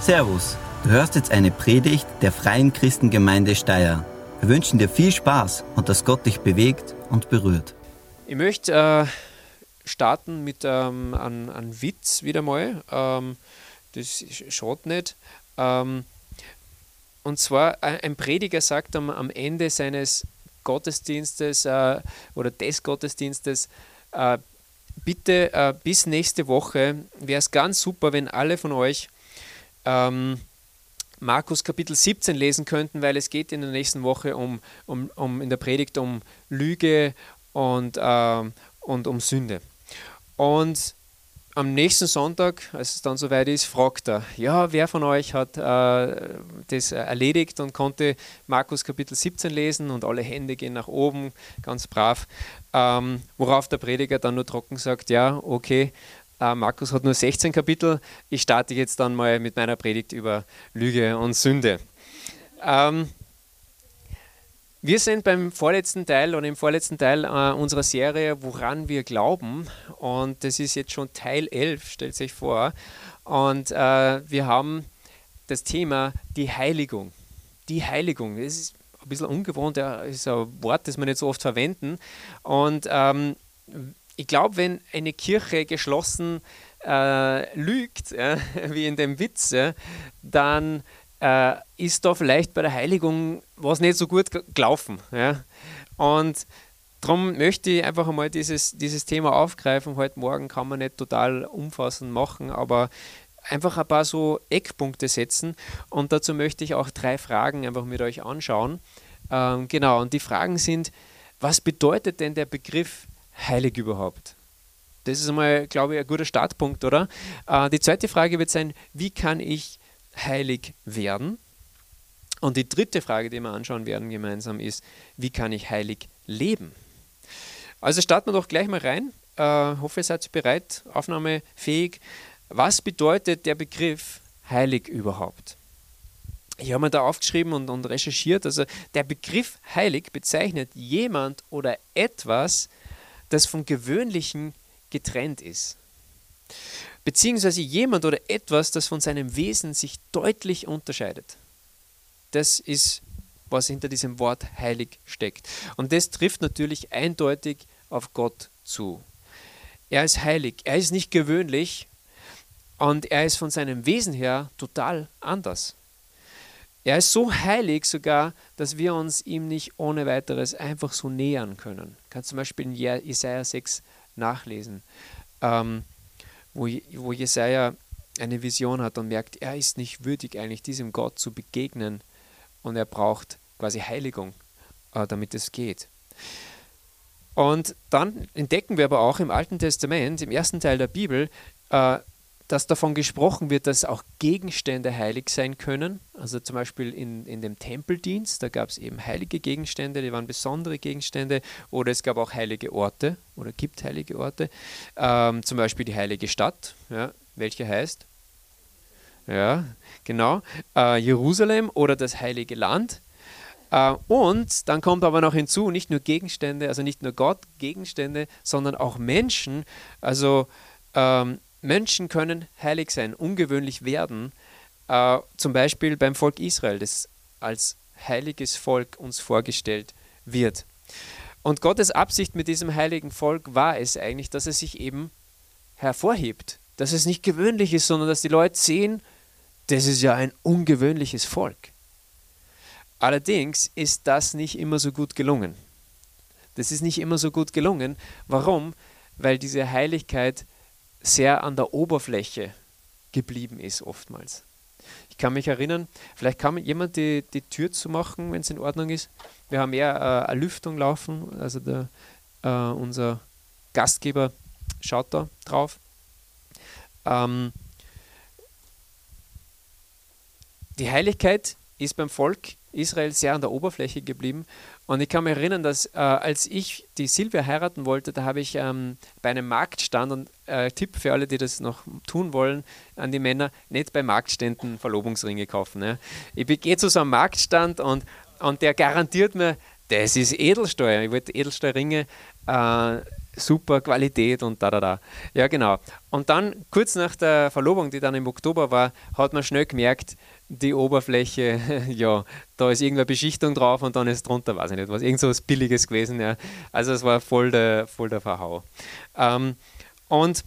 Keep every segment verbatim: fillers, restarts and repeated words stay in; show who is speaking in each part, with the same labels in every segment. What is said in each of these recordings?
Speaker 1: Servus, du hörst jetzt eine Predigt der Freien Christengemeinde Steyr. Wir wünschen dir viel Spaß und dass Gott dich bewegt und berührt.
Speaker 2: Ich möchte äh, starten mit ähm, einem, einem Witz wieder mal. Ähm, das schaut nicht. Ähm, und zwar, ein Prediger sagt am, am Ende seines Gottesdienstes äh, oder des Gottesdienstes, äh, bitte äh, bis nächste Woche wäre es ganz super, wenn alle von euch ähm, Markus Kapitel siebzehn lesen könnten, weil es geht in der nächsten Woche um, um, um in der Predigt um Lüge und, äh, und um Sünde. Und am nächsten Sonntag, als es dann soweit ist, fragt er, ja, wer von euch hat äh, das erledigt und konnte Markus Kapitel siebzehn lesen, und alle Hände gehen nach oben, ganz brav, ähm, worauf der Prediger dann nur trocken sagt, ja, okay, äh, Markus hat nur sechzehn Kapitel, ich starte jetzt dann mal mit meiner Predigt über Lüge und Sünde. Ähm, Wir sind beim vorletzten Teil oder im vorletzten Teil äh, unserer Serie, woran wir glauben, und das ist jetzt schon Teil elf, stellt sich vor, und äh, wir haben das Thema die Heiligung. Die Heiligung, das ist ein bisschen ungewohnt, ja, ist ein Wort, das wir nicht so oft verwenden, und ähm, ich glaube, wenn eine Kirche geschlossen äh, lügt, ja, wie in dem Witz, ja, dann äh, ist da vielleicht bei der Heiligung was nicht so gut gelaufen. Ja? Und darum möchte ich einfach einmal dieses, dieses Thema aufgreifen. Heute Morgen kann man nicht total umfassend machen, aber einfach ein paar so Eckpunkte setzen. Und dazu möchte ich auch drei Fragen einfach mit euch anschauen. Ähm, genau, und die Fragen sind, was bedeutet denn der Begriff heilig überhaupt? Das ist einmal, glaube ich, ein guter Startpunkt, oder? Äh, die zweite Frage wird sein, wie kann ich heilig werden? Und die dritte Frage, die wir anschauen werden gemeinsam, ist, wie kann ich heilig leben? Also starten wir doch gleich mal rein. Ich äh, hoffe, ihr seid bereit, aufnahmefähig. Was bedeutet der Begriff heilig überhaupt? Ich habe mir da aufgeschrieben und, und recherchiert. Also der Begriff heilig bezeichnet jemand oder etwas, das vom Gewöhnlichen getrennt ist. Beziehungsweise jemand oder etwas, das von seinem Wesen sich deutlich unterscheidet. Das ist, was hinter diesem Wort heilig steckt. Und das trifft natürlich eindeutig auf Gott zu. Er ist heilig, er ist nicht gewöhnlich und er ist von seinem Wesen her total anders. Er ist so heilig sogar, dass wir uns ihm nicht ohne weiteres einfach so nähern können. Du kannst zum Beispiel in Jesaja sechs nachlesen, ähm, wo, wo Jesaja eine Vision hat und merkt, er ist nicht würdig eigentlich diesem Gott zu begegnen und er braucht quasi Heiligung, äh, damit es geht. Und dann entdecken wir aber auch im Alten Testament, im ersten Teil der Bibel, äh, dass davon gesprochen wird, dass auch Gegenstände heilig sein können. Also zum Beispiel in, in dem Tempeldienst, da gab es eben heilige Gegenstände, die waren besondere Gegenstände, oder es gab auch heilige Orte oder gibt heilige Orte. Ähm, zum Beispiel die heilige Stadt, ja, welche heißt, ja, genau, äh, Jerusalem oder das heilige Land. Äh, und dann kommt aber noch hinzu, nicht nur Gegenstände, also nicht nur Gott, Gegenstände, sondern auch Menschen, also ähm, Menschen können heilig sein, ungewöhnlich werden, äh, zum Beispiel beim Volk Israel, das als heiliges Volk uns vorgestellt wird. Und Gottes Absicht mit diesem heiligen Volk war es eigentlich, dass es sich eben hervorhebt, dass es nicht gewöhnlich ist, sondern dass die Leute sehen, das ist ja ein ungewöhnliches Volk. Allerdings ist das nicht immer so gut gelungen. Das ist nicht immer so gut gelungen. Warum? Weil diese Heiligkeit sehr an der Oberfläche geblieben ist oftmals. Ich kann mich erinnern, vielleicht kann jemand die, die Tür zumachen, wenn es in Ordnung ist. Wir haben eher äh, eine Lüftung laufen, also der, äh, unser Gastgeber schaut da drauf. Ähm, die Heiligkeit ist beim Volk Israel sehr an der Oberfläche geblieben. Und ich kann mich erinnern, dass äh, als ich die Silvia heiraten wollte, da habe ich ähm, bei einem Marktstand, und äh, Tipp für alle, die das noch tun wollen, an die Männer, nicht bei Marktständen Verlobungsringe kaufen. Ja. Ich gehe zu so einem Marktstand und, und der garantiert mir, das ist Edelstahl. Ich wollte Edelstahlringe, äh, super Qualität und da, da, da. Ja, genau. Und dann, kurz nach der Verlobung, die dann im Oktober war, hat man schnell gemerkt, die Oberfläche, ja, da ist irgendeine Beschichtung drauf und dann ist drunter, weiß ich nicht was, irgend so was Billiges gewesen. Ja. Also es war voll der, voll der Verhau. Ähm, und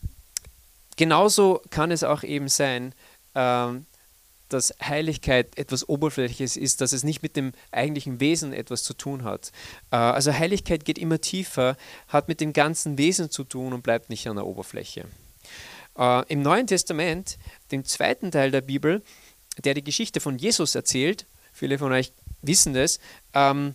Speaker 2: genauso kann es auch eben sein, ähm, dass Heiligkeit etwas Oberflächliches ist, dass es nicht mit dem eigentlichen Wesen etwas zu tun hat. Äh, also Heiligkeit geht immer tiefer, hat mit dem ganzen Wesen zu tun und bleibt nicht an der Oberfläche. Äh, Im Neuen Testament, dem zweiten Teil der Bibel, der die Geschichte von Jesus erzählt, viele von euch wissen das, ähm,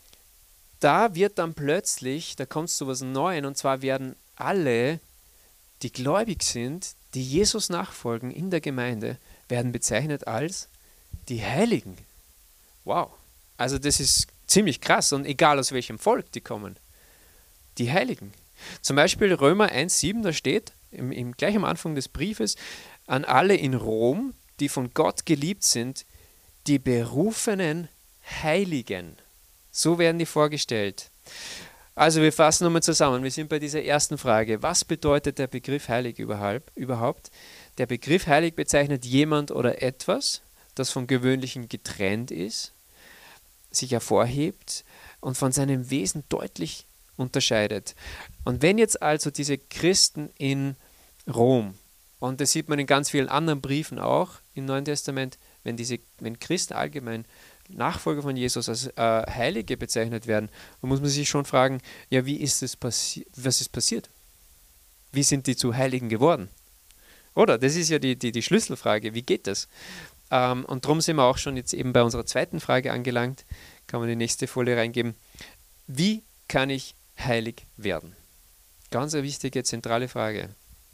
Speaker 2: da wird dann plötzlich, da kommt es zu was Neuem, und zwar werden alle, die gläubig sind, die Jesus nachfolgen in der Gemeinde, werden bezeichnet als die Heiligen. Wow. Also das ist ziemlich krass und egal aus welchem Volk die kommen. Die Heiligen. Zum Beispiel Römer eins sieben, da steht, im, im, gleich am Anfang des Briefes, an alle in Rom, die von Gott geliebt sind, die berufenen Heiligen. So werden die vorgestellt. Also wir fassen nochmal zusammen. Wir sind bei dieser ersten Frage. Was bedeutet der Begriff heilig überhaupt? Der Begriff heilig bezeichnet jemand oder etwas, das vom Gewöhnlichen getrennt ist, sich hervorhebt und von seinem Wesen deutlich unterscheidet. Und wenn jetzt also diese Christen in Rom, und das sieht man in ganz vielen anderen Briefen auch im Neuen Testament, wenn, diese, wenn Christen allgemein Nachfolger von Jesus als äh, Heilige bezeichnet werden, dann muss man sich schon fragen, ja, wie ist es passi- was ist passiert? Wie sind die zu Heiligen geworden? Oder? Das ist ja die, die, die Schlüsselfrage. Wie geht das? Ähm, und darum sind wir auch schon jetzt eben bei unserer zweiten Frage angelangt. Kann man die nächste Folie reingeben. Wie kann ich heilig werden? Ganz eine wichtige, zentrale Frage.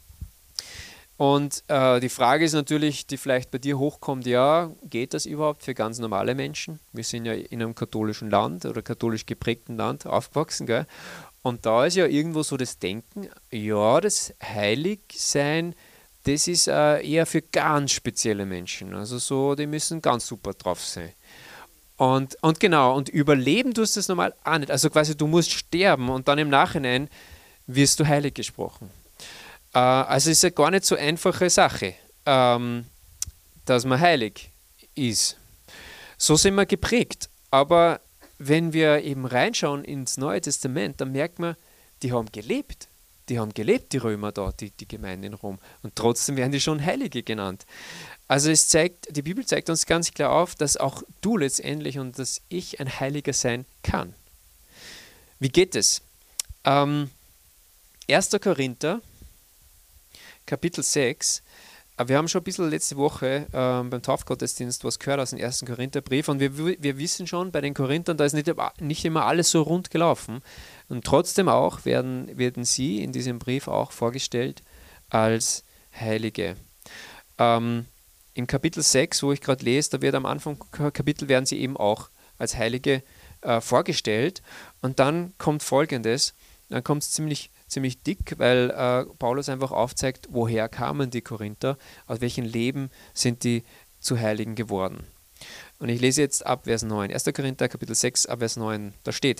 Speaker 2: Und äh, die Frage ist natürlich, die vielleicht bei dir hochkommt, ja, geht das überhaupt für ganz normale Menschen? Wir sind ja in einem katholischen Land oder katholisch geprägten Land aufgewachsen, gell? Und da ist ja irgendwo so das Denken, ja, das Heiligsein, das ist äh, eher für ganz spezielle Menschen. Also so, die müssen ganz super drauf sein. Und, und genau, und überleben tust du das normal auch nicht. Also quasi, du musst sterben und dann im Nachhinein wirst du heilig gesprochen. Äh, also es ist ja gar nicht so einfache Sache, ähm, dass man heilig ist. So sind wir geprägt. Aber wenn wir eben reinschauen ins Neue Testament, dann merkt man, die haben gelebt. Die haben gelebt, die Römer da, die, die Gemeinde in Rom. Und trotzdem werden die schon Heilige genannt. Also es zeigt, die Bibel zeigt uns ganz klar auf, dass auch du letztendlich und dass ich ein Heiliger sein kann. Wie geht es? Ähm, erster Korinther, Kapitel sechs. Wir haben schon ein bisschen letzte Woche ähm, beim Taufgottesdienst was gehört aus dem ersten Korintherbrief und wir, wir wissen schon, bei den Korinthern, da ist nicht, nicht immer alles so rund gelaufen. Und trotzdem auch werden, werden sie in diesem Brief auch vorgestellt als Heilige. Ähm, Im Kapitel sechs, wo ich gerade lese, da wird am Anfang Kapitel werden sie eben auch als Heilige äh, vorgestellt. Und dann kommt Folgendes, dann kommt es ziemlich ziemlich dick, weil äh, Paulus einfach aufzeigt, woher kamen die Korinther, aus welchem Leben sind die zu Heiligen geworden. Und ich lese jetzt ab Vers neun. erster Korinther, Kapitel sechs, ab Vers neun, da steht: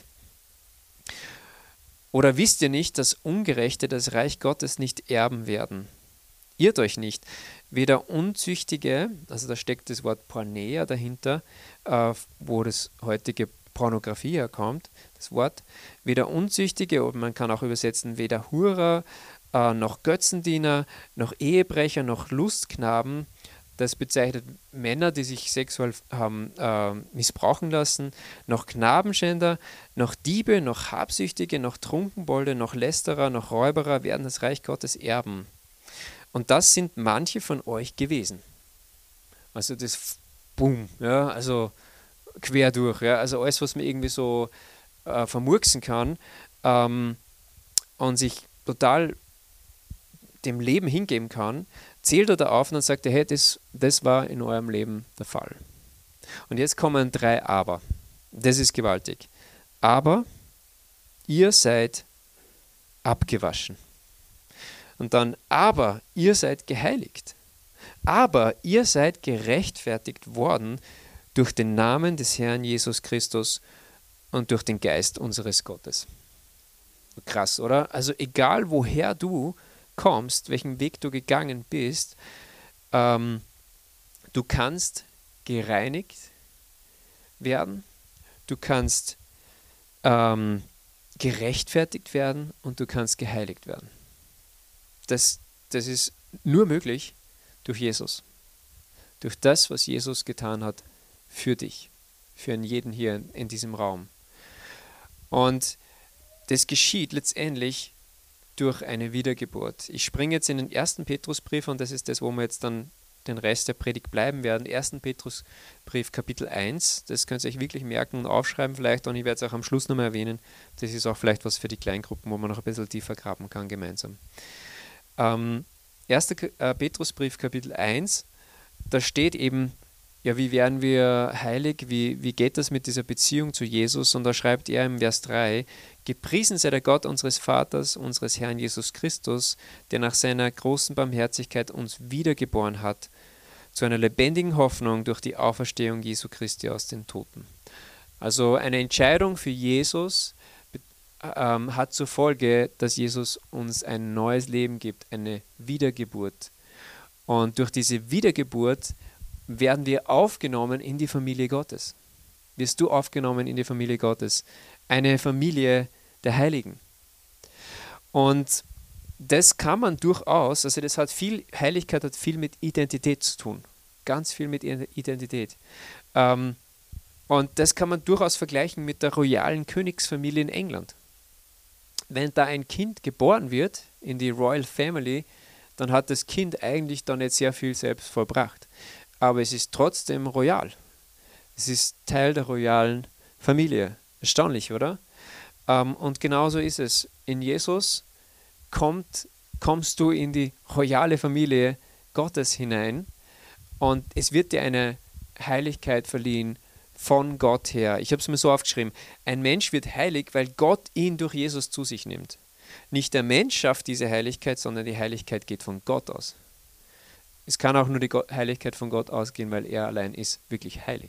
Speaker 2: Oder wisst ihr nicht, dass Ungerechte das Reich Gottes nicht erben werden? Irrt euch nicht, weder Unzüchtige, also da steckt das Wort Porneia dahinter, äh, wo das heutige Pornografie herkommt, das Wort, weder Unzüchtige, oder man kann auch übersetzen, weder Hurer, äh, noch Götzendiener, noch Ehebrecher, noch Lustknaben, das bezeichnet Männer, die sich sexuell haben äh, missbrauchen lassen, noch Knabenschänder, noch Diebe, noch Habsüchtige, noch Trunkenbolde, noch Lästerer, noch Räuberer werden das Reich Gottes erben. Und das sind manche von euch gewesen. Also das, boom, ja, also quer durch, ja, also alles, was man irgendwie so äh, vermurksen kann ähm, und sich total dem Leben hingeben kann, zählt er da auf und dann sagt er, hey, das, das war in eurem Leben der Fall. Und jetzt kommen drei Aber. Das ist gewaltig. Aber ihr seid abgewaschen. Und dann, aber ihr seid geheiligt. Aber ihr seid gerechtfertigt worden durch den Namen des Herrn Jesus Christus und durch den Geist unseres Gottes. Krass, oder? Also egal woher du kommst, welchen Weg du gegangen bist, ähm, du kannst gereinigt werden, du kannst ähm, gerechtfertigt werden und du kannst geheiligt werden. Das, das ist nur möglich durch Jesus. Durch das, was Jesus getan hat für dich, für jeden hier in, in diesem Raum. Und das geschieht letztendlich durch eine Wiedergeburt. Ich springe jetzt in den ersten Petrusbrief und das ist das, wo wir jetzt dann den Rest der Predigt bleiben werden. ersten Petrusbrief Kapitel eins, das könnt ihr euch wirklich merken und aufschreiben vielleicht und ich werde es auch am Schluss nochmal erwähnen. Das ist auch vielleicht was für die Kleingruppen, wo man noch ein bisschen tiefer graben kann gemeinsam. Ähm, erster Petrusbrief Kapitel eins, da steht eben, ja, wie werden wir heilig, wie, wie geht das mit dieser Beziehung zu Jesus? Und da schreibt er im Vers drei, gepriesen sei der Gott unseres Vaters, unseres Herrn Jesus Christus, der nach seiner großen Barmherzigkeit uns wiedergeboren hat, zu einer lebendigen Hoffnung durch die Auferstehung Jesu Christi aus den Toten. Also eine Entscheidung für Jesus ähm, hat zur Folge, dass Jesus uns ein neues Leben gibt, eine Wiedergeburt. Und durch diese Wiedergeburt werden wir aufgenommen in die Familie Gottes. Wirst du aufgenommen in die Familie Gottes. Eine Familie der Heiligen. Und das kann man durchaus, also das hat viel, Heiligkeit hat viel mit Identität zu tun. Ganz viel mit Identität. Ähm, und das kann man durchaus vergleichen mit der royalen Königsfamilie in England. Wenn da ein Kind geboren wird in die Royal Family, dann hat das Kind eigentlich da nicht sehr viel selbst vollbracht. Aber es ist trotzdem royal. Es ist Teil der royalen Familie. Erstaunlich, oder? Ähm, und genauso ist es. In Jesus kommt, kommst du in die royale Familie Gottes hinein und es wird dir eine Heiligkeit verliehen von Gott her. Ich habe es mir so aufgeschrieben. Ein Mensch wird heilig, weil Gott ihn durch Jesus zu sich nimmt. Nicht der Mensch schafft diese Heiligkeit, sondern die Heiligkeit geht von Gott aus. Es kann auch nur die Heiligkeit von Gott ausgehen, weil er allein ist wirklich heilig.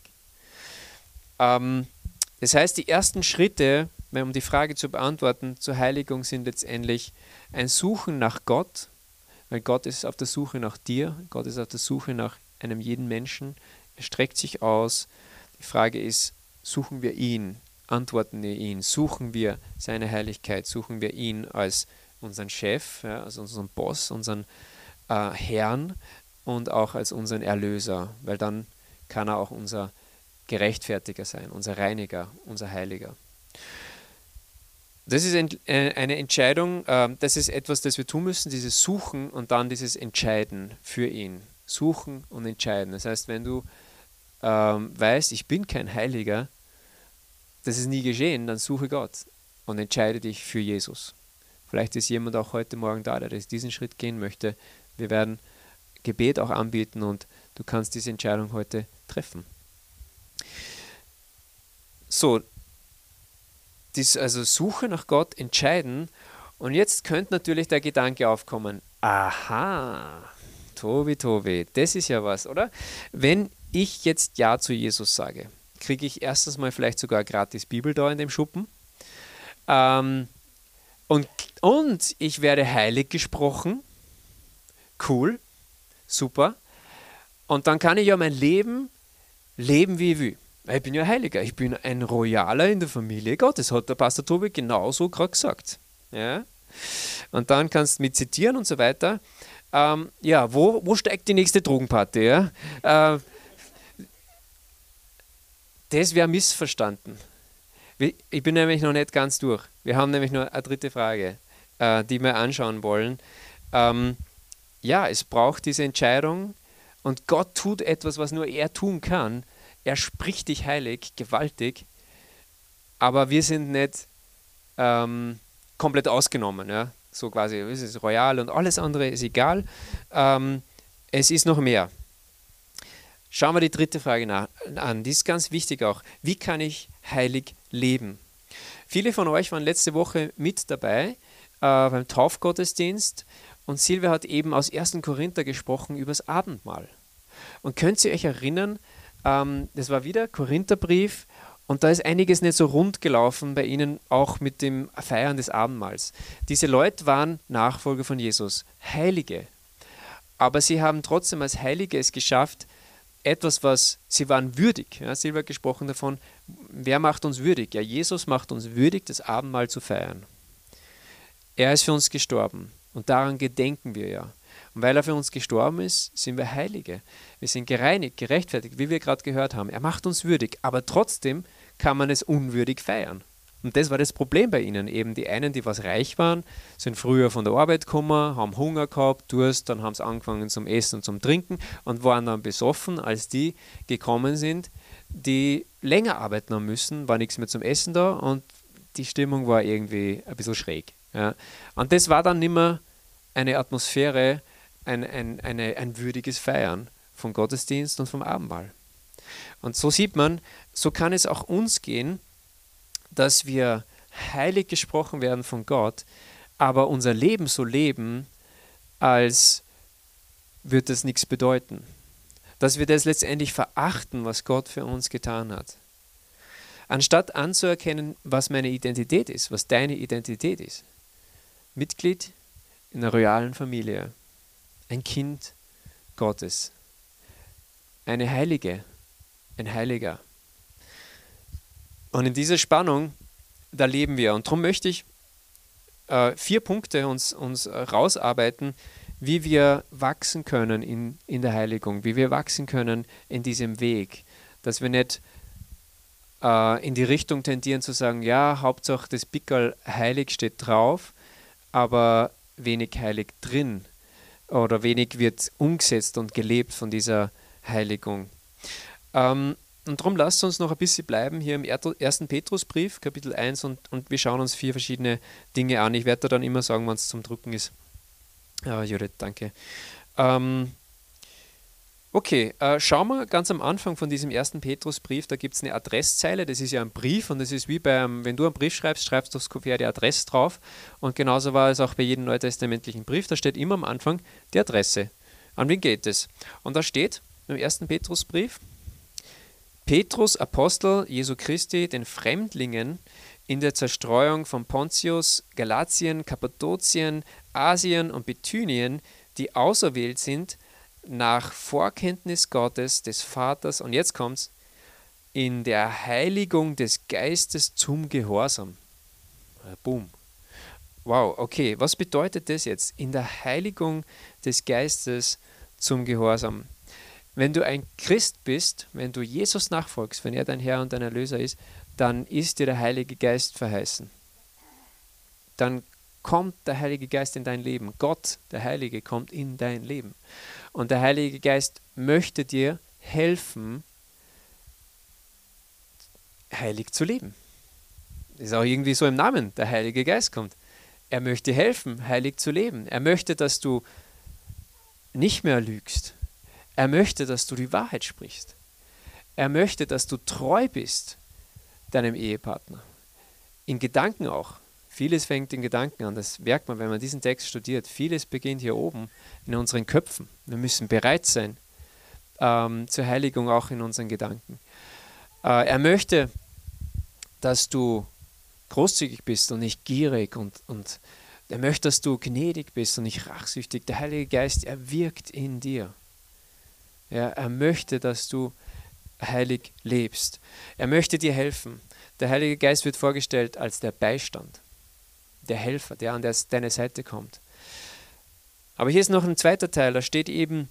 Speaker 2: Ähm, das heißt, die ersten Schritte, um die Frage zu beantworten, zur Heiligung sind letztendlich ein Suchen nach Gott, weil Gott ist auf der Suche nach dir, Gott ist auf der Suche nach einem jeden Menschen, er streckt sich aus. Die Frage ist, suchen wir ihn, antworten wir ihn, suchen wir seine Heiligkeit, suchen wir ihn als unseren Chef, ja, als unseren Boss, unseren äh, Herrn, und auch als unseren Erlöser, weil dann kann er auch unser Gerechtfertiger sein, unser Reiniger, unser Heiliger. Das ist eine Entscheidung, das ist etwas, das wir tun müssen, dieses Suchen und dann dieses Entscheiden für ihn. Suchen und entscheiden. Das heißt, wenn du ähm, weißt, ich bin kein Heiliger, das ist nie geschehen, dann suche Gott und entscheide dich für Jesus. Vielleicht ist jemand auch heute Morgen da, der diesen Schritt gehen möchte. Wir werden Gebet auch anbieten und du kannst diese Entscheidung heute treffen. So, dies also Suche nach Gott, entscheiden und jetzt könnte natürlich der Gedanke aufkommen, aha, Tobi, Tobi, das ist ja was, oder? Wenn ich jetzt Ja zu Jesus sage, kriege ich erstens mal vielleicht sogar gratis Bibel da in dem Schuppen ähm, und, und ich werde heilig gesprochen, cool, super. Und dann kann ich ja mein Leben leben, wie ich will. Ich bin ja Heiliger, ich bin ein Royaler in der Familie Gottes, hat der Pastor Tobi genauso gerade gesagt. Ja? Und dann kannst du mit zitieren und so weiter. Ähm, ja, wo, wo steigt die nächste Drogenparty? Ja? Äh, das wäre missverstanden. Ich bin nämlich noch nicht ganz durch. Wir haben nämlich noch eine dritte Frage, äh, die wir anschauen wollen. Ähm, Ja, es braucht diese Entscheidung und Gott tut etwas, was nur er tun kann. Er spricht dich heilig, gewaltig, aber wir sind nicht ähm, komplett ausgenommen. Ja? So quasi, es ist royal und alles andere ist egal. Ähm, es ist noch mehr. Schauen wir die dritte Frage nach, an, die ist ganz wichtig auch. Wie kann ich heilig leben? Viele von euch waren letzte Woche mit dabei äh, beim Taufgottesdienst. Und Silvia hat eben aus ersten Korinther gesprochen über das Abendmahl. Und könnt ihr euch erinnern, ähm, das war wieder Korintherbrief Und da ist einiges nicht so rund gelaufen bei ihnen, auch mit dem Feiern des Abendmahls. Diese Leute waren Nachfolger von Jesus, Heilige. Aber sie haben trotzdem als Heilige es geschafft, etwas, was sie waren würdig. Ja, Silvia hat gesprochen davon, wer macht uns würdig? Ja, Jesus macht uns würdig, das Abendmahl zu feiern. Er ist für uns gestorben und daran gedenken wir ja. Und weil er für uns gestorben ist, sind wir Heilige. Wir sind gereinigt, gerechtfertigt, wie wir gerade gehört haben. Er macht uns würdig, aber trotzdem kann man es unwürdig feiern. Und das war das Problem bei ihnen. Eben die einen, die was reich waren, sind früher von der Arbeit gekommen, haben Hunger gehabt, Durst, dann haben sie angefangen zum Essen und zum Trinken und waren dann besoffen, als die gekommen sind, die länger arbeiten haben müssen, war nichts mehr zum Essen da und die Stimmung war irgendwie ein bisschen schräg. Ja. Und das war dann nicht mehr eine Atmosphäre, ein, ein, eine, ein würdiges Feiern vom Gottesdienst und vom Abendmahl. Und so sieht man, so kann es auch uns gehen, dass wir heilig gesprochen werden von Gott, aber unser Leben so leben, als würde das nichts bedeuten. Dass wir das letztendlich verachten, was Gott für uns getan hat. Anstatt anzuerkennen, was meine Identität ist, was deine Identität ist. Mitglied in einer royalen Familie, ein Kind Gottes, eine Heilige, ein Heiliger. Und in dieser Spannung, da leben wir. Und darum möchte ich äh, vier Punkte uns, uns rausarbeiten, wie wir wachsen können in, in der Heiligung, wie wir wachsen können in diesem Weg, dass wir nicht äh, in die Richtung tendieren zu sagen, ja, Hauptsache das Pickerl heilig steht drauf, aber wenig heilig drin oder wenig wird umgesetzt und gelebt von dieser Heiligung. Ähm, Und darum lasst uns noch ein bisschen bleiben hier im ersten Petrusbrief, Kapitel eins, und, und wir schauen uns vier verschiedene Dinge an. Ich werde da dann immer sagen, wenn es zum Drucken ist. Ja, Judith, danke. Ähm, okay, äh, schauen wir ganz am Anfang von diesem ersten Petrusbrief, da gibt es eine Adresszeile, das ist ja ein Brief und das ist wie beim, wenn du einen Brief schreibst, schreibst du ungefähr die Adresse drauf und genauso war es auch bei jedem neutestamentlichen Brief, da steht immer am Anfang die Adresse. An wen geht es? Und da steht im ersten Petrusbrief, Petrus, Apostel Jesu Christi, den Fremdlingen in der Zerstreuung von Pontius, Galatien, Kappadokien, Asien und Bithynien, die auserwählt sind, nach Vorkenntnis Gottes, des Vaters, und jetzt kommt's, in der Heiligung des Geistes zum Gehorsam. Boom. Wow, okay, was bedeutet das jetzt? In der Heiligung des Geistes zum Gehorsam. Wenn du ein Christ bist, wenn du Jesus nachfolgst, wenn er dein Herr und dein Erlöser ist, dann ist dir der Heilige Geist verheißen. Dann kommt der Heilige Geist in dein Leben. Gott, der Heilige, kommt in dein Leben. Und der Heilige Geist möchte dir helfen, heilig zu leben. Das ist auch irgendwie so im Namen, der Heilige Geist kommt. Er möchte dir helfen, heilig zu leben. Er möchte, dass du nicht mehr lügst. Er möchte, dass du die Wahrheit sprichst. Er möchte, dass du treu bist deinem Ehepartner. In Gedanken auch. Vieles fängt in Gedanken an. Das merkt man, wenn man diesen Text studiert. Vieles beginnt hier oben in unseren Köpfen. Wir müssen bereit sein ähm, zur Heiligung auch in unseren Gedanken. Äh, er möchte, dass du großzügig bist und nicht gierig und, und er möchte, dass du gnädig bist und nicht rachsüchtig. Der Heilige Geist, er wirkt in dir. Ja, er möchte, dass du heilig lebst. Er möchte dir helfen. Der Heilige Geist wird vorgestellt als der Beistand, der Helfer, der an deine Seite kommt. Aber hier ist noch ein zweiter Teil, da steht eben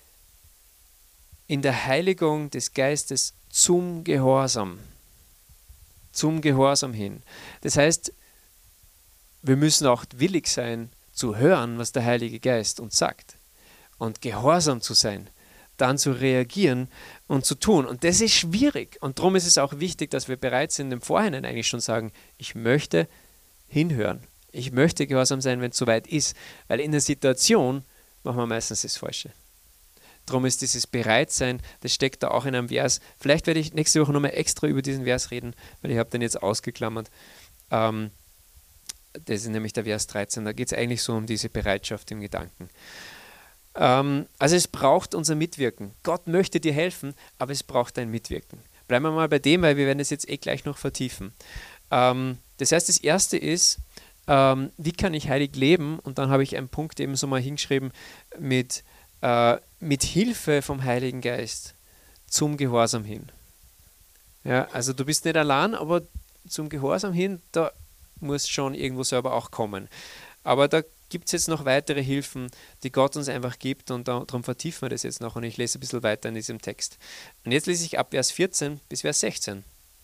Speaker 2: in der Heiligung des Geistes zum Gehorsam. Zum Gehorsam hin. Das heißt, wir müssen auch willig sein, zu hören, was der Heilige Geist uns sagt und gehorsam zu sein, dann zu reagieren und zu tun. Und das ist schwierig. Und darum ist es auch wichtig, dass wir bereit sind, im Vorhinein eigentlich schon sagen, ich möchte hinhören. Ich möchte gehorsam sein, wenn es soweit ist. Weil in der Situation machen wir meistens das Falsche. Darum ist dieses Bereitsein, das steckt da auch in einem Vers. Vielleicht werde ich nächste Woche nochmal extra über diesen Vers reden, weil ich habe den jetzt ausgeklammert. Ähm, das ist nämlich der Vers dreizehn. Da geht es eigentlich so um diese Bereitschaft im Gedanken. Also es braucht unser Mitwirken. Gott möchte dir helfen, aber es braucht dein Mitwirken. bleiben wir mal bei dem, weil wir werden es jetzt eh gleich noch vertiefen. Ähm, das heißt, das Erste ist, ähm, wie kann ich heilig leben? Und dann habe ich einen Punkt eben so mal hingeschrieben, mit, äh, mit Hilfe vom Heiligen Geist zum Gehorsam hin. Ja, also du bist nicht allein, aber zum Gehorsam hin, da muss schon irgendwo selber auch kommen. Aber da gibt es jetzt noch weitere Hilfen, die Gott uns einfach gibt, und da, darum vertiefen wir das jetzt noch, und ich lese ein bisschen weiter in diesem Text. Und jetzt lese ich ab Vers vierzehn bis Vers sechzehn.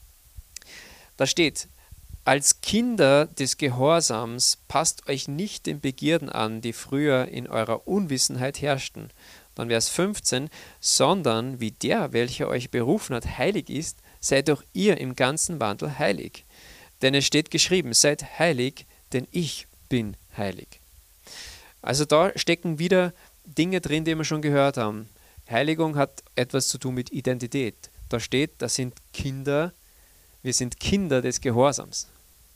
Speaker 2: Da steht: Als Kinder des Gehorsams passt euch nicht den Begierden an, die früher in eurer Unwissenheit herrschten. Dann Vers fünfzehn: Sondern wie der, welcher euch berufen hat, heilig ist, seid auch ihr im ganzen Wandel heilig. Denn es steht geschrieben: Seid heilig, denn ich bin heilig. Also da stecken wieder Dinge drin, die wir schon gehört haben. Heiligung hat etwas zu tun mit Identität. Da steht, das sind Kinder, wir sind Kinder des Gehorsams.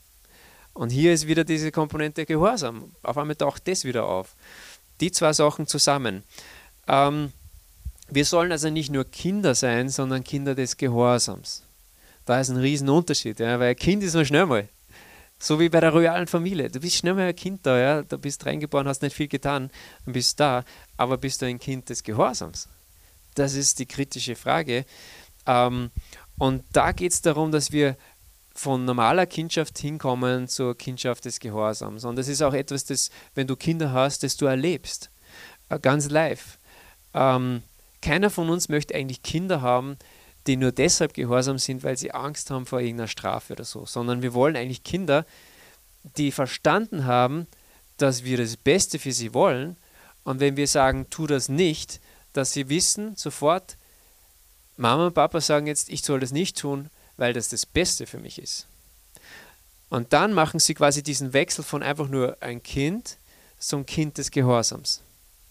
Speaker 2: Und hier ist wieder diese Komponente Gehorsam. Auf einmal taucht das wieder auf. Die zwei Sachen zusammen. Ähm, wir sollen also nicht nur Kinder sein, sondern Kinder des Gehorsams. Da ist ein Riesenunterschied, ja, weil ein Kind ist man schnell mal. So wie bei der royalen Familie. Du bist schnell mal ein Kind da, ja, du bist reingeboren, hast nicht viel getan und bist da, aber bist du ein Kind des Gehorsams? Das ist die kritische Frage. Ähm, und da geht es darum, dass wir von normaler Kindschaft hinkommen zur Kindschaft des Gehorsams. Und das ist auch etwas, das, wenn du Kinder hast, das du erlebst. Äh, ganz live. Ähm, keiner von uns möchte eigentlich Kinder haben, die nur deshalb gehorsam sind, weil sie Angst haben vor irgendeiner Strafe oder so, sondern wir wollen eigentlich Kinder, die verstanden haben, dass wir das Beste für sie wollen, und wenn wir sagen, tu das nicht, dass sie wissen sofort, Mama und Papa sagen jetzt, ich soll das nicht tun, weil das das Beste für mich ist. Und dann machen sie quasi diesen Wechsel von einfach nur ein Kind zum Kind des Gehorsams.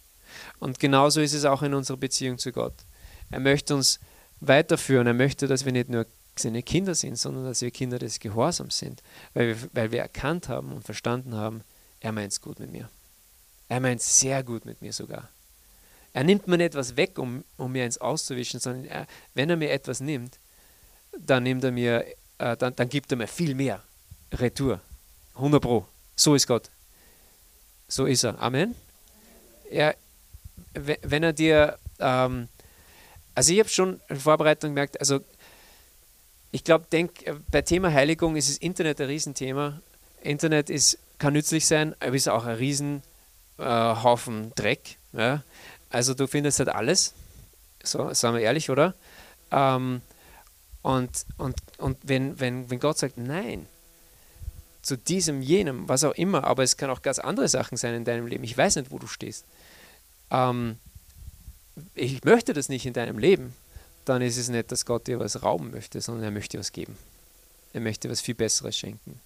Speaker 2: Und genauso ist es auch in unserer Beziehung zu Gott. Er möchte uns weiterführen. Er möchte, dass wir nicht nur seine Kinder sind, sondern dass wir Kinder des Gehorsams sind, weil wir, weil wir erkannt haben und verstanden haben, er meint es gut mit mir. Er meint es sehr gut mit mir sogar. Er nimmt mir nicht etwas weg, um, um mir eins auszuwischen, sondern er, wenn er mir etwas nimmt, dann nimmt er mir, äh, dann, dann gibt er mir viel mehr. Retour. hundert Pro. So ist Gott. So ist er. Amen. Er, wenn er dir ähm, Also ich habe schon in Vorbereitung gemerkt, also ich glaube, denk, bei Thema Heiligung ist das Internet ein Riesenthema. Internet ist, kann nützlich sein, aber ist auch ein Riesenhaufen äh, Dreck. Ja? Also du findest halt alles, so sagen wir ehrlich, oder? Ähm, und und, und wenn, wenn, wenn Gott sagt, nein, zu diesem, jenem, was auch immer, aber es kann auch ganz andere Sachen sein in deinem Leben, ich weiß nicht, wo du stehst, ähm, ich möchte das nicht in deinem Leben, dann ist es nicht, dass Gott dir was rauben möchte, sondern er möchte was geben. Er möchte was viel Besseres schenken.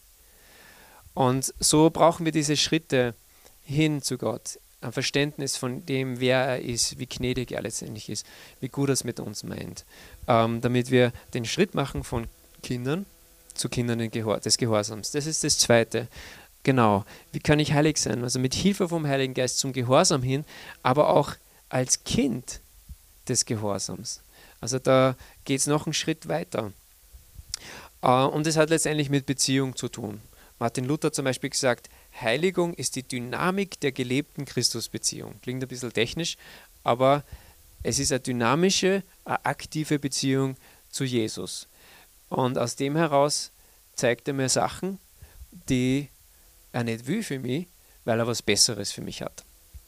Speaker 2: Und so brauchen wir diese Schritte hin zu Gott. Ein Verständnis von dem, wer er ist, wie gnädig er letztendlich ist, wie gut er es mit uns meint. Ähm, damit wir den Schritt machen von Kindern zu Kindern des Gehorsams. Das ist das Zweite. Genau. Wie kann ich heilig sein? Also mit Hilfe vom Heiligen Geist zum Gehorsam hin, aber auch als Kind des Gehorsams. Also da geht es noch einen Schritt weiter. Äh, und es hat letztendlich mit Beziehung zu tun. Martin Luther zum Beispiel gesagt, Heiligung ist die Dynamik der gelebten Christusbeziehung. Klingt ein bisschen technisch, aber es ist eine dynamische, eine aktive Beziehung zu Jesus. Und aus dem heraus zeigt er mir Sachen, die er nicht will für mich, weil er was Besseres für mich hat.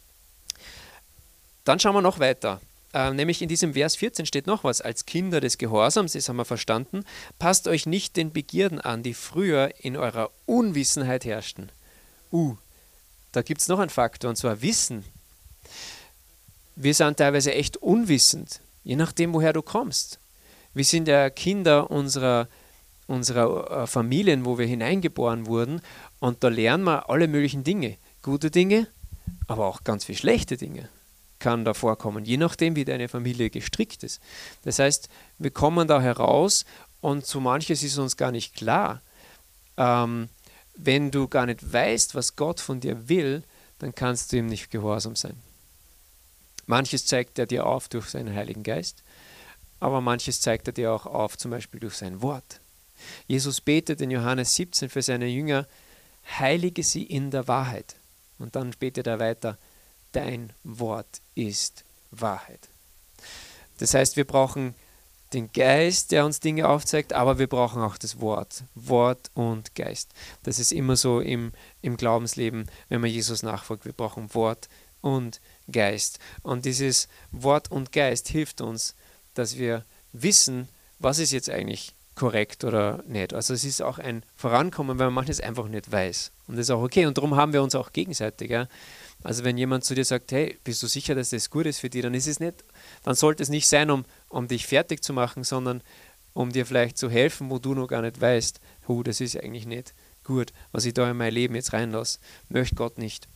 Speaker 2: Dann schauen wir noch weiter. Äh, nämlich in diesem Vers vierzehn steht noch was. Als Kinder des Gehorsams, das haben wir verstanden, passt euch nicht den Begierden an, die früher in eurer Unwissenheit herrschten. Uh, da gibt es noch einen Faktor, und zwar Wissen. Wir sind teilweise echt unwissend, je nachdem, woher du kommst. Wir sind ja Kinder unserer, unserer äh, Familien, wo wir hineingeboren wurden, und da lernen wir alle möglichen Dinge. Gute Dinge, aber auch ganz viele schlechte Dinge kann da vorkommen, je nachdem, wie deine Familie gestrickt ist. Das heißt, wir kommen da heraus und so manches ist uns gar nicht klar. Ähm, wenn du gar nicht weißt, was Gott von dir will, dann kannst du ihm nicht gehorsam sein. Manches zeigt er dir auf durch seinen Heiligen Geist, aber manches zeigt er dir auch auf, zum Beispiel durch sein Wort. Jesus betet in Johannes siebzehn für seine Jünger, heilige sie in der Wahrheit. Und dann betet er weiter, dein Wort ist Wahrheit. Das heißt, wir brauchen den Geist, der uns Dinge aufzeigt, aber wir brauchen auch das Wort. Wort und Geist. Das ist immer so im, im Glaubensleben, wenn man Jesus nachfolgt. Wir brauchen Wort und Geist. Und dieses Wort und Geist hilft uns, dass wir wissen, was ist jetzt eigentlich korrekt oder nicht. Also es ist auch ein Vorankommen, weil man manches einfach nicht weiß. Und das ist auch okay. Und darum haben wir uns auch gegenseitig. Ja? Also wenn jemand zu dir sagt, hey, bist du sicher, dass das gut ist für dich, dann ist es nicht, dann sollte es nicht sein, um, um dich fertig zu machen, sondern um dir vielleicht zu helfen, wo du noch gar nicht weißt, oh, das ist eigentlich nicht gut, was ich da in mein Leben jetzt reinlasse. Möchte Gott nicht.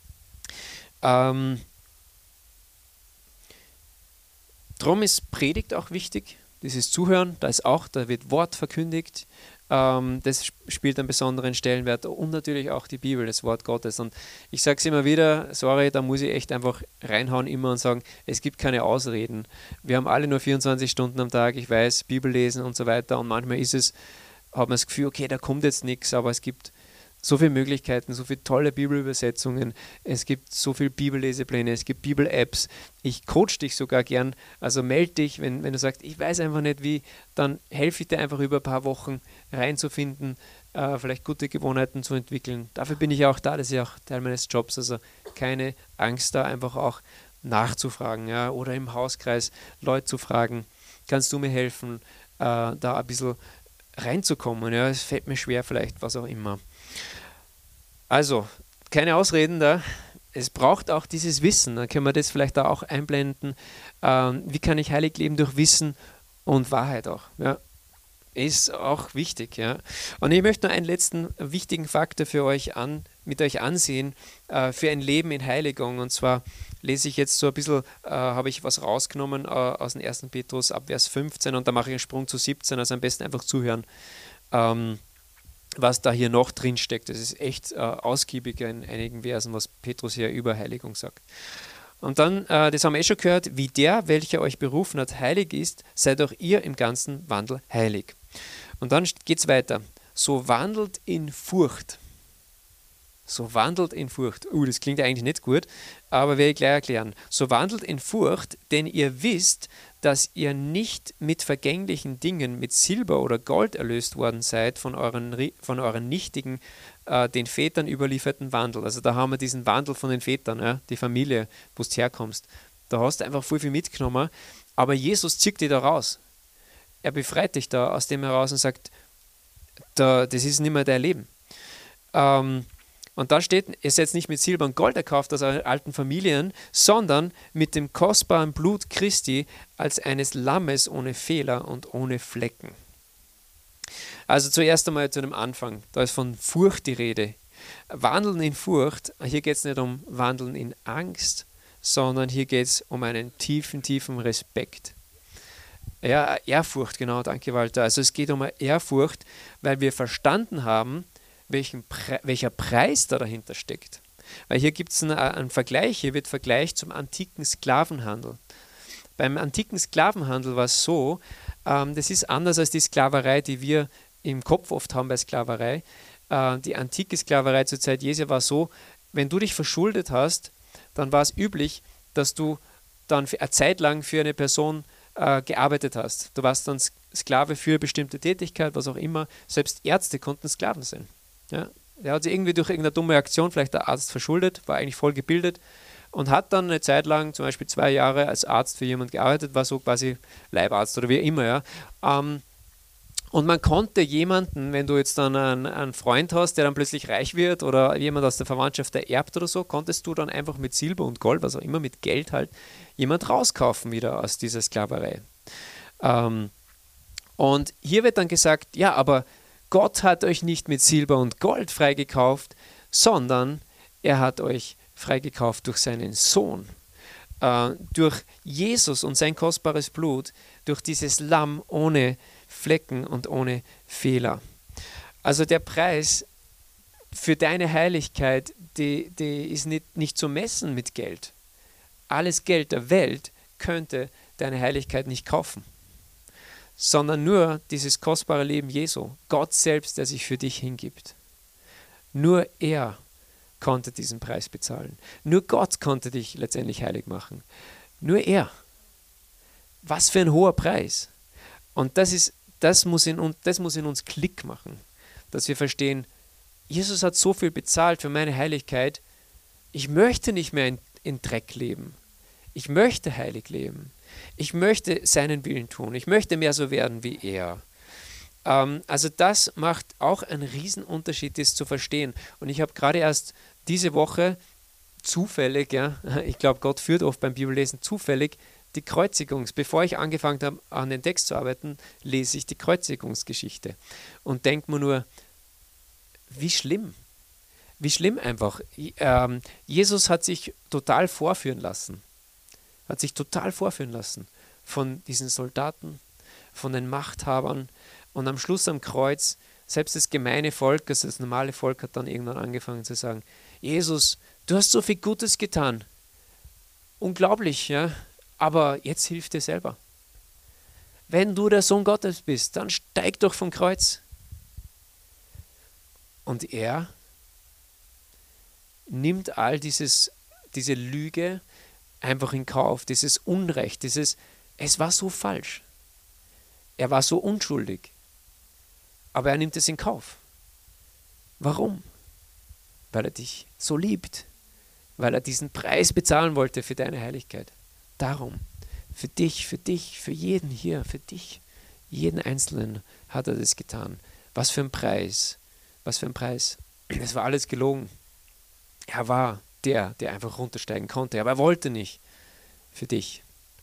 Speaker 2: Ähm, Drum ist Predigt auch wichtig, dieses Zuhören, da ist auch, da wird Wort verkündigt, ähm, das spielt einen besonderen Stellenwert und natürlich auch die Bibel, das Wort Gottes. Und ich sage es immer wieder, sorry, da muss ich echt einfach reinhauen immer und sagen, es gibt keine Ausreden. Wir haben alle nur vierundzwanzig Stunden am Tag, ich weiß, Bibel lesen und so weiter und manchmal ist es, hat man das Gefühl, okay, da kommt jetzt nichts, aber es gibt so viele Möglichkeiten, so viele tolle Bibelübersetzungen, es gibt so viele Bibellesepläne, es gibt Bibel-Apps. Ich coach dich sogar gern, also melde dich, wenn, wenn du sagst, ich weiß einfach nicht wie, dann helfe ich dir einfach über ein paar Wochen reinzufinden, äh, vielleicht gute Gewohnheiten zu entwickeln. Dafür bin ich auch da, das ist ja auch Teil meines Jobs, also keine Angst da einfach auch nachzufragen, ja, oder im Hauskreis Leute zu fragen, kannst du mir helfen, äh, da ein bisschen reinzukommen, ja, es fällt mir schwer vielleicht, was auch immer. Also, keine Ausreden da. Es braucht auch dieses Wissen. Dann können wir das vielleicht da auch einblenden. Ähm, wie kann ich heilig leben? Durch Wissen und Wahrheit auch. Ja. Ist auch wichtig. Ja. Und ich möchte noch einen letzten wichtigen Faktor für euch an, mit euch ansehen, äh, für ein Leben in Heiligung. Und zwar lese ich jetzt so ein bisschen, äh, habe ich was rausgenommen äh, aus dem ersten Petrus ab Vers fünfzehn und da mache ich einen Sprung zu siebzehn. Also am besten einfach zuhören. Ähm, was da hier noch drin steckt. Das ist echt äh, ausgiebiger in einigen Versen, was Petrus hier über Heiligung sagt. Und dann, äh, das haben wir eh schon gehört, wie der, welcher euch berufen hat, heilig ist, seid auch ihr im ganzen Wandel heilig. Und dann geht es weiter. So wandelt in Furcht. So wandelt in Furcht. Uh, das klingt eigentlich nicht gut, aber werde ich gleich erklären. So wandelt in Furcht, denn ihr wisst, dass ihr nicht mit vergänglichen Dingen, mit Silber oder Gold erlöst worden seid von euren, von euren nichtigen, äh, den Vätern überlieferten Wandel. Also da haben wir diesen Wandel von den Vätern, ja, die Familie, wo du herkommst. Da hast du einfach viel, viel mitgenommen, aber Jesus zieht dich da raus. Er befreit dich da aus dem heraus und sagt, da, das ist nicht mehr dein Leben. Ähm, Und da steht, ihr seid nicht mit Silber und Gold erkauft aus euren alten Familien, sondern mit dem kostbaren Blut Christi als eines Lammes ohne Fehler und ohne Flecken. Also zuerst einmal zu dem Anfang, da ist von Furcht die Rede. Wandeln in Furcht, hier geht es nicht um Wandeln in Angst, sondern hier geht es um einen tiefen, tiefen Respekt. Ja, Ehrfurcht, genau, danke Walter. Also es geht um eine Ehrfurcht, weil wir verstanden haben, Welchen Pre- welcher Preis da dahinter steckt. Weil hier gibt es einen, einen Vergleich, hier wird Vergleich zum antiken Sklavenhandel. Beim antiken Sklavenhandel war es so, ähm, das ist anders als die Sklaverei, die wir im Kopf oft haben bei Sklaverei. Äh, die antike Sklaverei zur Zeit Jesu war so, wenn du dich verschuldet hast, dann war es üblich, dass du dann für eine Zeit lang für eine Person äh, gearbeitet hast. Du warst dann Sklave für eine bestimmte Tätigkeit, was auch immer. Selbst Ärzte konnten Sklaven sein. Ja, der hat sich irgendwie durch irgendeine dumme Aktion, vielleicht der Arzt verschuldet, war eigentlich voll gebildet und hat dann eine Zeit lang, zum Beispiel zwei Jahre als Arzt für jemanden gearbeitet, war so quasi Leibarzt oder wie immer. Ja. Ähm, und man konnte jemanden, wenn du jetzt dann einen, einen Freund hast, der dann plötzlich reich wird oder jemand aus der Verwandtschaft, der erbt oder so, konntest du dann einfach mit Silber und Gold, was auch immer, mit Geld halt, jemand rauskaufen wieder aus dieser Sklaverei. Ähm, und hier wird dann gesagt, ja, aber Gott hat euch nicht mit Silber und Gold freigekauft, sondern er hat euch freigekauft durch seinen Sohn. Äh, durch Jesus und sein kostbares Blut, durch dieses Lamm ohne Flecken und ohne Fehler. Also der Preis für deine Heiligkeit, die, die ist nicht, nicht zu messen mit Geld. Alles Geld der Welt könnte deine Heiligkeit nicht kaufen. sondern nur dieses kostbare Leben Jesu, Gott selbst, der sich für dich hingibt. Nur er konnte diesen Preis bezahlen. Nur Gott konnte dich letztendlich heilig machen. Nur er. Was für ein hoher Preis. Und das, ist, das, muss in, uns, das muss in uns Klick machen, dass wir verstehen, Jesus hat so viel bezahlt für meine Heiligkeit, ich möchte nicht mehr in, in Dreck leben. Ich möchte heilig leben. Ich möchte seinen Willen tun. Ich möchte mehr so werden wie er. Ähm, also das macht auch einen Riesenunterschied, das zu verstehen. Und ich habe gerade erst diese Woche zufällig, ja, ich glaube, Gott führt oft beim Bibellesen zufällig, die Kreuzigungs, bevor ich angefangen habe, an den Text zu arbeiten, lese ich die Kreuzigungsgeschichte und denke mir nur, wie schlimm, wie schlimm einfach. Ähm, Jesus hat sich total vorführen lassen, hat sich total vorführen lassen von diesen Soldaten, von den Machthabern und am Schluss am Kreuz, selbst das gemeine Volk, also das normale Volk hat dann irgendwann angefangen zu sagen, Jesus, du hast so viel Gutes getan, unglaublich, ja, aber jetzt hilf dir selber. Wenn du der Sohn Gottes bist, dann steig doch vom Kreuz. Und er nimmt all dieses, diese Lüge einfach in Kauf, dieses Unrecht, dieses, es war so falsch. Er war so unschuldig. Aber er nimmt es in Kauf. Warum? Weil er dich so liebt. Weil er diesen Preis bezahlen wollte für deine Heiligkeit. Darum, für dich, für dich, für jeden hier, für dich, jeden Einzelnen hat er das getan. Was für ein Preis, was für ein Preis. Es war alles gelogen. Er war der, der einfach runtersteigen konnte, aber er wollte nicht für dich.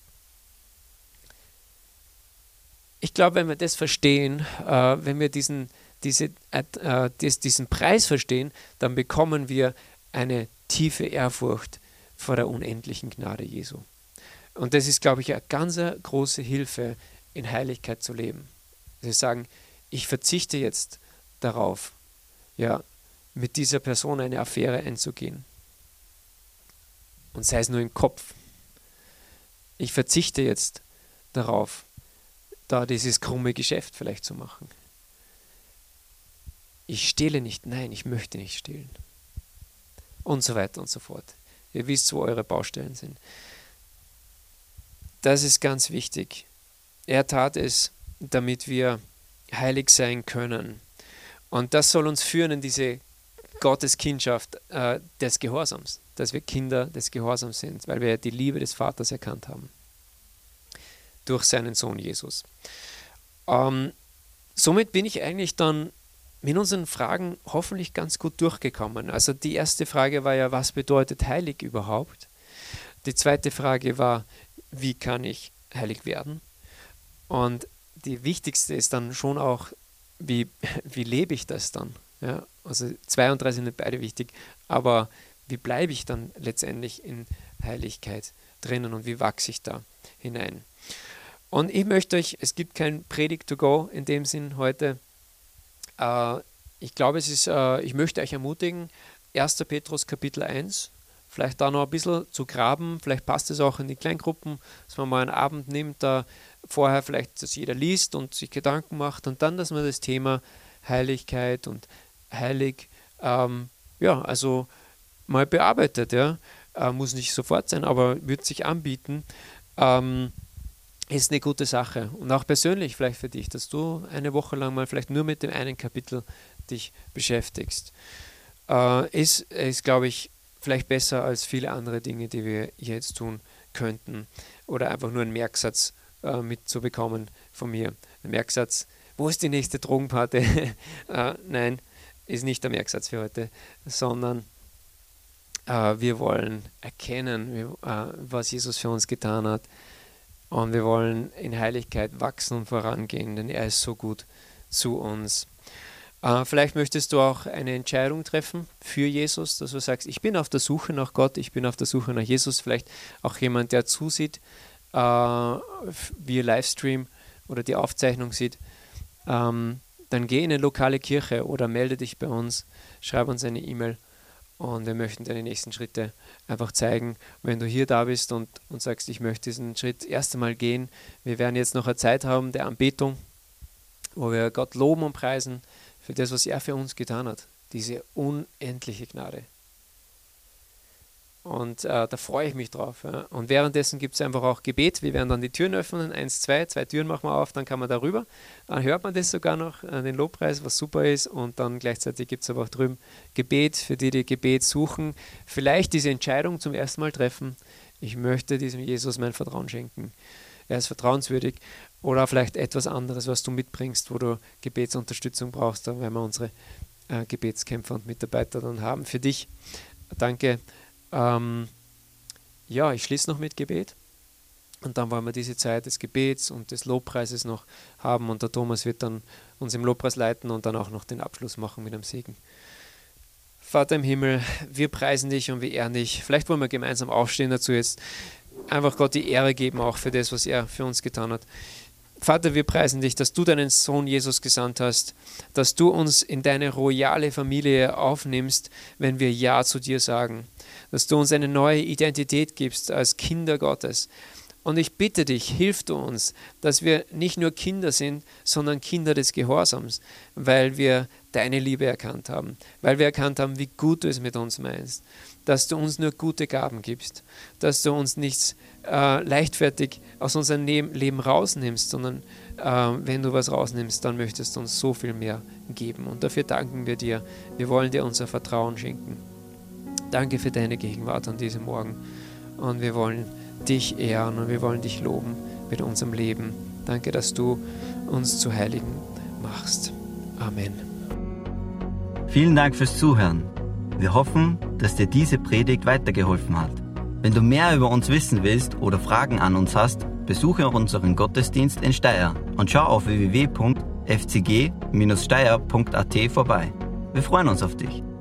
Speaker 2: Ich glaube, wenn wir das verstehen, äh, wenn wir diesen, diese, äh, dies, diesen Preis verstehen, dann bekommen wir eine tiefe Ehrfurcht vor der unendlichen Gnade Jesu. Und das ist, glaube ich, eine ganz große Hilfe, in Heiligkeit zu leben. Sie sagen, ich verzichte jetzt darauf, ja, mit dieser Person eine Affäre einzugehen. Und sei es nur im Kopf. Ich verzichte jetzt darauf, da dieses krumme Geschäft vielleicht zu machen. Ich stehle nicht, nein, ich möchte nicht stehlen. Und so weiter und so fort. Ihr wisst, wo eure Baustellen sind. Das ist ganz wichtig. Er tat es, damit wir heilig sein können. Und das soll uns führen in diese Gotteskindschaft äh, des Gehorsams, dass wir Kinder des Gehorsams sind, weil wir die Liebe des Vaters erkannt haben. Durch seinen Sohn Jesus. Ähm, somit bin ich eigentlich dann mit unseren Fragen hoffentlich ganz gut durchgekommen. Also die erste Frage war ja, was bedeutet heilig überhaupt? Die zweite Frage war, wie kann ich heilig werden? Und die wichtigste ist dann schon auch, wie, wie lebe ich das dann? Ja, also zwei und drei sind nicht beide wichtig, aber wie bleibe ich dann letztendlich in Heiligkeit drinnen und wie wachse ich da hinein? Und ich möchte euch, es gibt kein Predigt to go in dem Sinn heute. Äh, ich glaube, es ist, äh, ich möchte euch ermutigen, erster Petrus Kapitel eins, vielleicht da noch ein bisschen zu graben, vielleicht passt es auch in die Kleingruppen, dass man mal einen Abend nimmt, da vorher vielleicht, dass jeder liest und sich Gedanken macht und dann, dass man das Thema Heiligkeit und heilig, ähm, ja, also mal bearbeitet, ja, äh, muss nicht sofort sein, aber wird sich anbieten, ähm, ist eine gute Sache und auch persönlich vielleicht für dich, dass du eine Woche lang mal vielleicht nur mit dem einen Kapitel dich beschäftigst. Äh, ist, ist glaube ich, vielleicht besser als viele andere Dinge, die wir jetzt tun könnten oder einfach nur einen Merksatz äh, mitzubekommen von mir. Ein Merksatz, wo ist die nächste Drogenparty? äh, nein, ist nicht der Merksatz für heute, sondern äh, wir wollen erkennen, wie, äh, was Jesus für uns getan hat. Und wir wollen in Heiligkeit wachsen und vorangehen, denn er ist so gut zu uns. Äh, vielleicht möchtest du auch eine Entscheidung treffen für Jesus, dass du sagst, ich bin auf der Suche nach Gott, ich bin auf der Suche nach Jesus. Vielleicht auch jemand, der zusieht, äh, via Livestream oder die Aufzeichnung sieht. Ähm, dann geh in eine lokale Kirche oder melde dich bei uns, schreib uns eine E-Mail Und wir möchten deine nächsten Schritte einfach zeigen. Wenn du hier da bist und, und sagst, ich möchte diesen Schritt erst einmal gehen, wir werden jetzt noch eine Zeit haben der Anbetung, wo wir Gott loben und preisen für das, was er für uns getan hat. Diese unendliche Gnade. Und äh, da freue ich mich drauf. Ja. Und währenddessen gibt es einfach auch Gebet. Wir werden dann die Türen öffnen. Eins, zwei, zwei Türen machen wir auf, dann kann man da rüber. Dann hört man das sogar noch, äh, den Lobpreis, was super ist. Und dann gleichzeitig gibt es aber auch drüben Gebet, für die, die Gebet suchen. Vielleicht diese Entscheidung zum ersten Mal treffen. Ich möchte diesem Jesus mein Vertrauen schenken. Er ist vertrauenswürdig. Oder vielleicht etwas anderes, was du mitbringst, wo du Gebetsunterstützung brauchst. Da werden wir unsere äh, Gebetskämpfer und Mitarbeiter dann haben. Für dich, danke. Ähm, ja, ich schließe noch mit Gebet und dann wollen wir diese Zeit des Gebets und des Lobpreises noch haben und der Thomas wird dann uns im Lobpreis leiten und dann auch noch den Abschluss machen mit einem Segen. Vater im Himmel, wir preisen dich und wir ehren dich. Vielleicht wollen wir gemeinsam aufstehen dazu jetzt, einfach Gott die Ehre geben auch für das, was er für uns getan hat. Vater, wir preisen dich, dass du deinen Sohn Jesus gesandt hast, dass du uns in deine royale Familie aufnimmst, wenn wir Ja zu dir sagen, dass du uns eine neue Identität gibst als Kinder Gottes. Und ich bitte dich, hilf du uns, dass wir nicht nur Kinder sind, sondern Kinder des Gehorsams, weil wir deine Liebe erkannt haben, weil wir erkannt haben, wie gut du es mit uns meinst, dass du uns nur gute Gaben gibst, dass du uns nichts äh, leichtfertig aus unserem Leben rausnimmst, sondern äh, wenn du was rausnimmst, dann möchtest du uns so viel mehr geben. Und dafür danken wir dir. Wir wollen dir unser Vertrauen schenken. Danke für deine Gegenwart an diesem Morgen. Und wir wollen dich ehren und wir wollen dich loben mit unserem Leben. Danke, dass du uns zu Heiligen machst. Amen.
Speaker 1: Vielen Dank fürs Zuhören. Wir hoffen, dass dir diese Predigt weitergeholfen hat. Wenn du mehr über uns wissen willst oder Fragen an uns hast, besuche unseren Gottesdienst in Steyr und schau auf w w w punkt f c g Bindestrich steyr punkt a t vorbei. Wir freuen uns auf dich.